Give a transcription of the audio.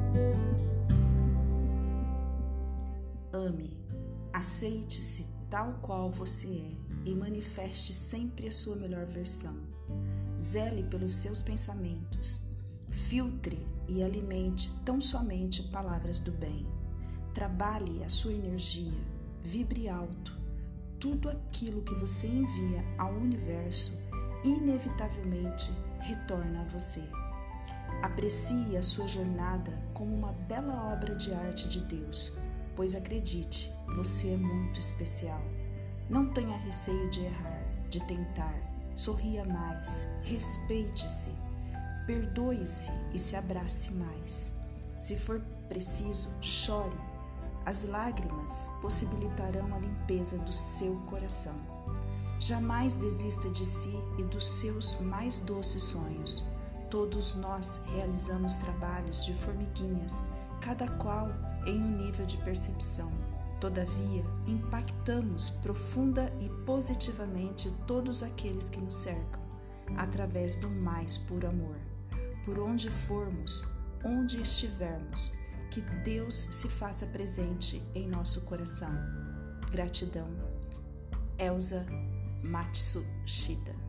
Ame, aceite-se tal qual você é e manifeste sempre a sua melhor versão. Zele pelos seus pensamentos. Filtre e alimente tão somente palavras do bem. Trabalhe a sua energia, vibre alto. Tudo aquilo que você envia ao universo inevitavelmente retorna a você. Aprecie a sua jornada como uma bela obra de arte de Deus, pois acredite, você é muito especial. Não tenha receio de errar, de tentar. Sorria mais, respeite-se, perdoe-se e se abrace mais. Se for preciso, chore. As lágrimas possibilitarão a limpeza do seu coração. Jamais desista de si e dos seus mais doces sonhos. Todos nós realizamos trabalhos de formiguinhas, cada qual em um nível de percepção. Todavia, impactamos profunda e positivamente todos aqueles que nos cercam, através do mais puro amor. Por onde formos, onde estivermos, que Deus se faça presente em nosso coração. Gratidão. Elsa Matsushita.